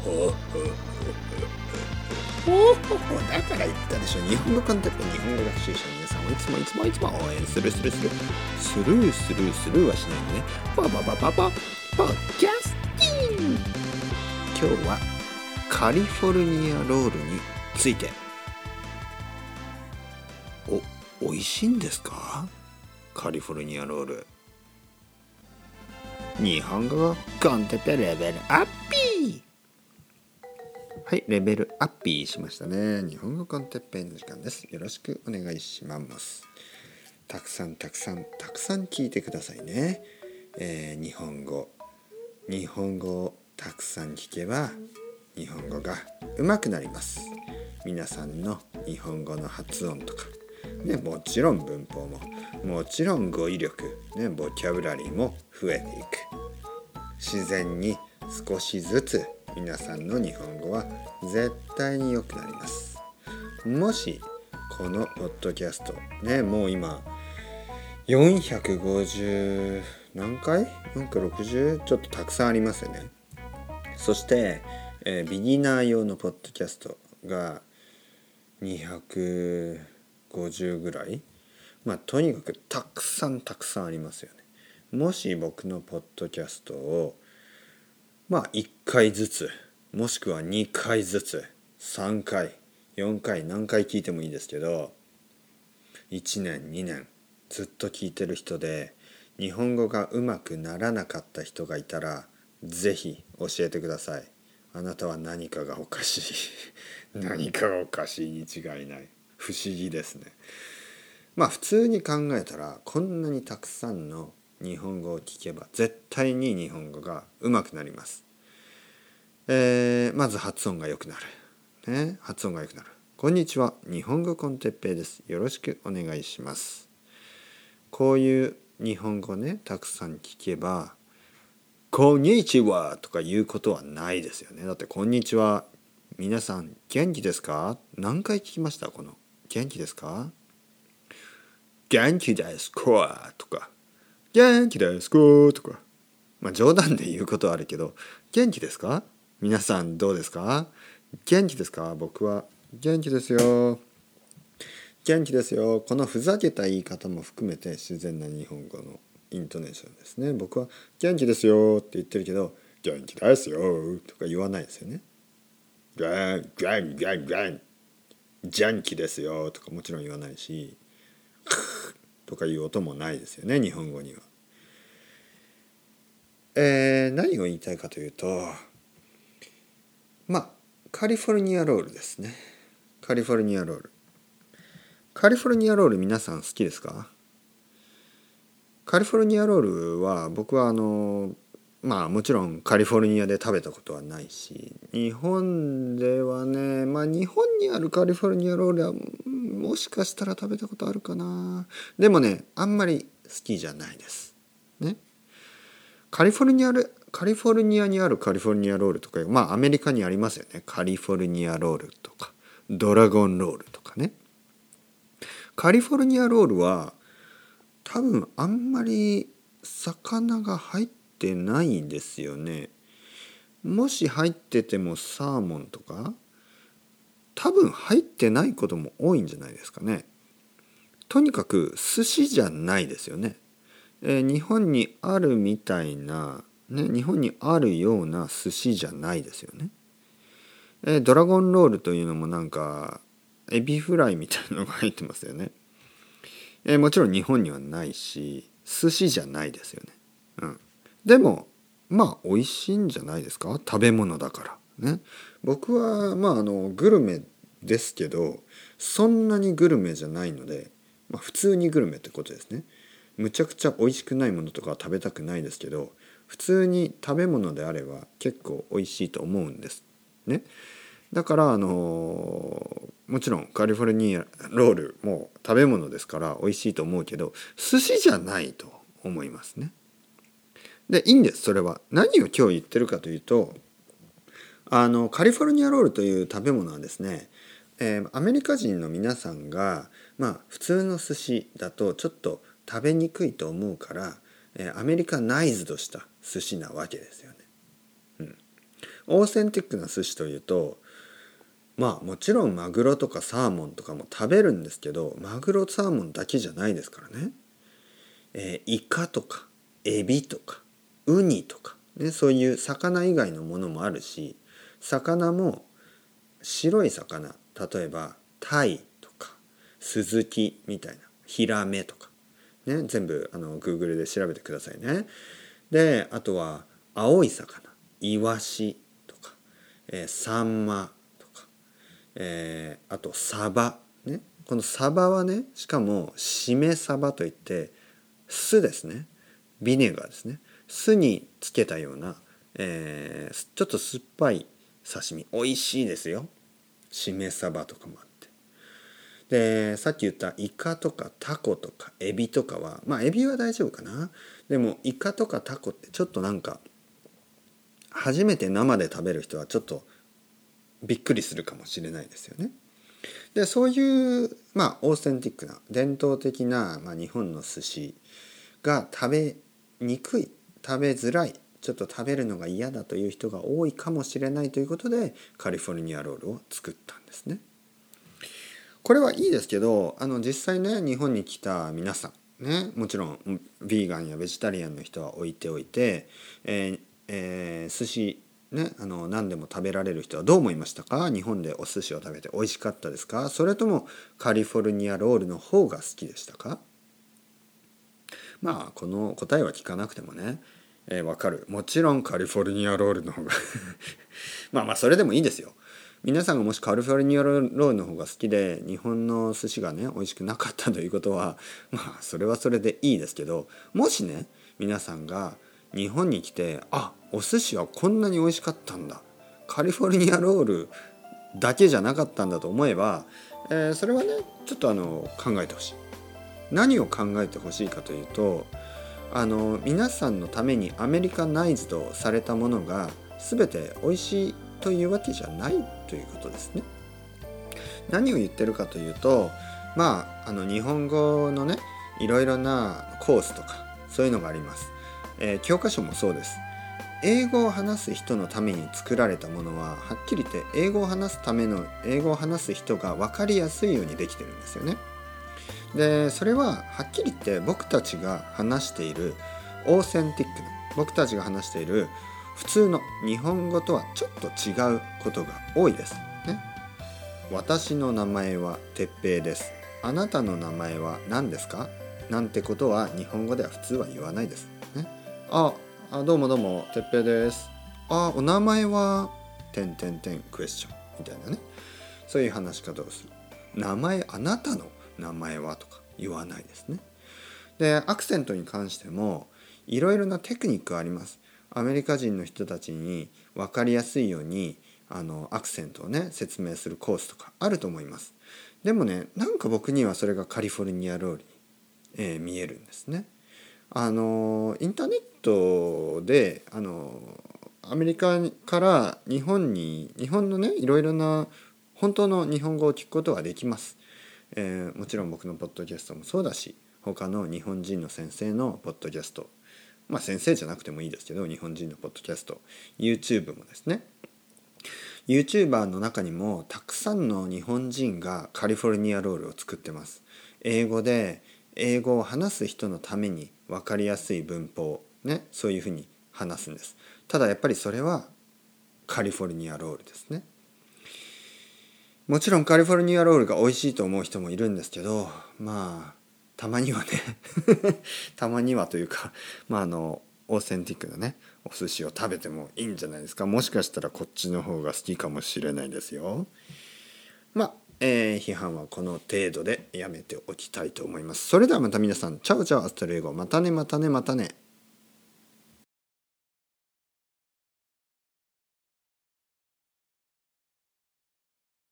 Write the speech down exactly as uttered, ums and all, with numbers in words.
ほほほだから言ったでしょ。日本語コンテッペ日本語学習者の皆さんをいつもいつもいつも応援するするするスルースルースルーはしないでね。パパパパパポッキャスティング。今日はカリフォルニアロールについて。お、美味しいんですか？カリフォルニアロール。日本語コンテッペレベルアッピー。はい、レベルアッピーしましたね。日本語コンテッペイの時間です。よろしくお願いします。たくさんたくさんたくさん聞いてくださいね。えー、日本語日本語をたくさん聞けば日本語が上手くなります。皆さんの日本語の発音とか、ね、もちろん文法ももちろん語彙力、ね、ボキャブラリーも増えていく。自然に少しずつ皆さんの日本語は絶対に良くなります。もしこのポッドキャストね、もう今よんひゃくごじゅう何回 ?よんひゃくろくじゅう ちょっとたくさんありますよね。そして、えー、ビギナー用のポッドキャストがにひゃくごじゅうぐらい、まあとにかくたくさんたくさんありますよね。もし僕のポッドキャストをまあいっかいずつ、もしくはにかいずつ、さんかい、よんかい、何回聞いてもいいですけど、いちねんにねんずっと聞いてる人で日本語がうまくならなかった人がいたら、ぜひ教えてください。あなたは何かがおかしい何かがおかしいに違いない。不思議ですね。まあ普通に考えたら、こんなにたくさんの日本語を聞けば絶対に日本語が上手くなります。えー、まず発音が良くなる、ね、発音が良くなる。こんにちは、日本語コンテッペイです。よろしくお願いします。こういう日本語ね、たくさん聞けばこんにちはとか言うことはないですよね。だってこんにちは、皆さん元気ですか？何回聞きました？この元気ですか？元気ですかとか元気ですかとか、まあ冗談で言うことはあるけど、元気ですか？皆さんどうですか？元気ですか？僕は元気ですよ。元気ですよ。このふざけた言い方も含めて自然な日本語のイントネーションですね。僕は元気ですよって言ってるけど、元気ですよとか言わないですよね。ガンガンガンガン元気ですよとかもちろん言わないし、とかいう音もないですよね、日本語には。えー、何を言いたいかというと、まあカリフォルニアロールですね。カリフォルニアロール。カリフォルニアロール皆さん好きですか？カリフォルニアロールは僕はあのまあもちろんカリフォルニアで食べたことはないし、日本ではね、まあ日本にあるカリフォルニアロールはもしかしたら食べたことあるかな。でもね、あんまり好きじゃないですね。カリフォルニアルカリフォルニアにあるカリフォルニアロールとか、まあアメリカにありますよね。カリフォルニアロールとかドラゴンロールとかね。カリフォルニアロールは多分あんまり魚が入ってないんですよね。もし入っててもサーモンとか多分入ってないことも多いんじゃないですかね。とにかく寿司じゃないですよね。えー、日本にあるみたいな、ね、日本にあるような寿司じゃないですよね。えー、ドラゴンロールというのもなんかエビフライみたいなのが入ってますよね。えー、もちろん日本にはないし寿司じゃないですよね。うん、でもまあ美味しいんじゃないですか、食べ物だからね。僕はまああのグルメですけど、そんなにグルメじゃないので、まあ、普通にグルメってことですね。むちゃくちゃ美味しくないものとかは食べたくないですけど、普通に食べ物であれば結構美味しいと思うんですね。だからあのー、もちろんカリフォルニアロールも食べ物ですから美味しいと思うけど、寿司じゃないと思いますね。でいいんです。それは何を今日言ってるかというと、あのカリフォルニアロールという食べ物はですね、えー、アメリカ人の皆さんがまあ普通の寿司だとちょっと食べにくいと思うから、えー、アメリカナイズドした寿司なわけですよね。うん、 オーセンティックな寿司というと、まあもちろんマグロとかサーモンとかも食べるんですけど、マグロサーモンだけじゃないですからね、えー、イカとかエビとかウニとか、ね、そういう魚以外のものもあるし、魚も白い魚、例えばタイとかスズキみたいな、ヒラメとか、ね、全部あの Google で調べてくださいね。であとは青い魚、イワシとか、えー、サンマとか、えー、あとサバ、ね、このサバはね、しかもしめサバといって酢ですね、ビネガーですね、酢につけたような、えー、ちょっと酸っぱい刺身、美味しいですよ。しめサバとかもあって、でさっき言ったイカとかタコとかエビとかは、まあエビは大丈夫かな。でもイカとかタコってちょっとなんか初めて生で食べる人はちょっとびっくりするかもしれないですよね。でそういうまあオーセンティックな伝統的な、まあ、日本の寿司が食べにくい、食べづらい、ちょっと食べるのが嫌だという人が多いかもしれないということでカリフォルニアロールを作ったんですね。これはいいですけど、あの実際ね、日本に来た皆さんね、もちろんヴィーガンやベジタリアンの人は置いておいて、えーえー、寿司ね、あの何でも食べられる人はどう思いましたか？日本でお寿司を食べて美味しかったですか？それともカリフォルニアロールの方が好きでしたか？まあこの答えは聞かなくてもね、えー、分かる。もちろんカリフォルニアロールの方がまあまあそれでもいいですよ。皆さんがもしカリフォルニアロールの方が好きで日本の寿司がね美味しくなかったということは、まあそれはそれでいいですけど、もしね皆さんが日本に来て、あ、お寿司はこんなに美味しかったんだ、カリフォルニアロールだけじゃなかったんだと思えば、えー、それはねちょっとあの考えてほしい。何を考えてほしいかというと、あの皆さんのためにアメリカナイズドされたものが全て美味しいというわけじゃないということですね。何を言ってるかというと、まああの日本語のねいろいろなコースとかそういうのがあります、えー、教科書もそうです。英語を話す人のために作られたものははっきり言って英語を話すための英語を話す人が分かりやすいようにできてるんですよね。でそれははっきり言って僕たちが話しているオーセンティックな、僕たちが話している普通の日本語とはちょっと違うことが多いですね。私の名前はてっぺいです。あなたの名前は何ですか？なんてことは日本語では普通は言わないですね。あ、あどうもどうもてっぺいです。あ、お名前はてんてんてんクエスチョンみたいなね、そういう話し方をする。名前、あなたの名前はとか言わないですね。でアクセントに関してもいろいろなテクニックがあります。アメリカ人の人たちに分かりやすいようにあのアクセントをね説明するコースとかあると思います。でもね、なんか僕にはそれがカリフォルニアロールに、えー、見えるんですね。あのインターネットであのアメリカから日本に日本のねいろいろな本当の日本語を聞くことができます、えー、もちろん僕のポッドキャストもそうだし、他の日本人の先生のポッドキャスト、まあ先生じゃなくてもいいですけど日本人のポッドキャスト、 YouTube もですね、 YouTuber の中にもたくさんの日本人がカリフォルニアロールを作ってます。英語で英語を話す人のために分かりやすい文法ね、そういうふうに話すんです。ただやっぱりそれはカリフォルニアロールですね。もちろんカリフォルニアロールが美味しいと思う人もいるんですけど、まあたまにはねたまにはというか、まああのオーセンティックなねお寿司を食べてもいいんじゃないですか。もしかしたらこっちの方が好きかもしれないですよ。まあ、えー、批判はこの程度でやめておきたいと思います。それではまた皆さん、チャオチャオアストレイゴ、またねまたねまたね。